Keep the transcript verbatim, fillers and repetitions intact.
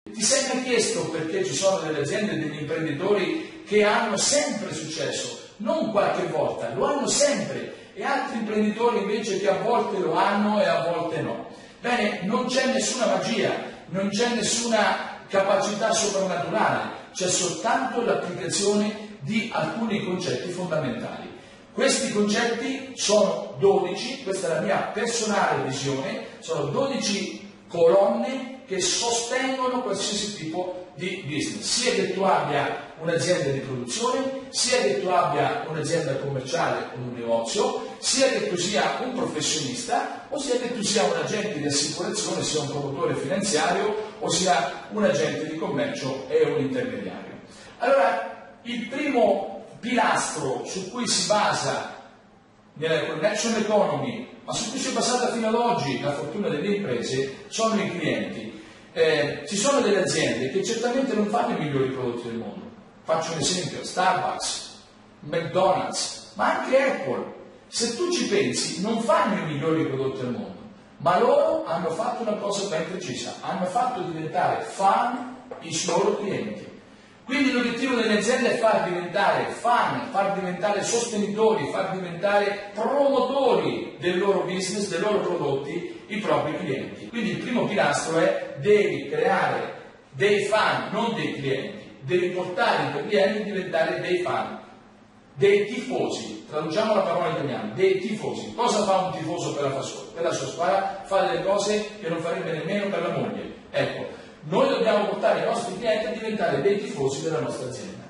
Ti sei mai chiesto perché ci sono delle aziende e degli imprenditori che hanno sempre successo? Non qualche volta, lo hanno sempre, e altri imprenditori invece che a volte lo hanno e a volte no. Bene, non c'è nessuna magia, non c'è nessuna capacità soprannaturale, c'è soltanto l'applicazione di alcuni concetti fondamentali. Questi concetti sono dodici, questa è la mia personale visione, sono dodici colonne che sostengono qualsiasi tipo di business, sia che tu abbia un'azienda di produzione, sia che tu abbia un'azienda commerciale o un negozio, sia che tu sia un professionista o sia che tu sia un agente di assicurazione, sia un promotore finanziario o sia un agente di commercio e un intermediario. Allora, il primo pilastro su cui si basa nella connection economy, ma su cui si è basata fino ad oggi la fortuna delle imprese, sono i clienti. Eh, ci sono delle aziende che certamente non fanno i migliori prodotti del mondo. Faccio un esempio: Starbucks, McDonald's, ma anche Apple. Se tu ci pensi, non fanno i migliori prodotti del mondo, ma loro hanno fatto una cosa ben precisa: hanno fatto diventare fan i loro clienti. Quindi l'obiettivo delle aziende è far diventare fan, far diventare sostenitori, far diventare promotori del loro business, dei loro prodotti, i propri clienti. Quindi il primo pilastro è: devi creare dei fan, non dei clienti, devi portare i tuoi clienti a diventare dei fan, dei tifosi. Traduciamo la parola in italiano: dei tifosi. Cosa fa un tifoso per la, sua, per la sua squadra? Fa delle cose che non farebbe nemmeno per la moglie. Ecco, noi dobbiamo portare i nostri clienti a diventare dei tifosi della nostra azienda.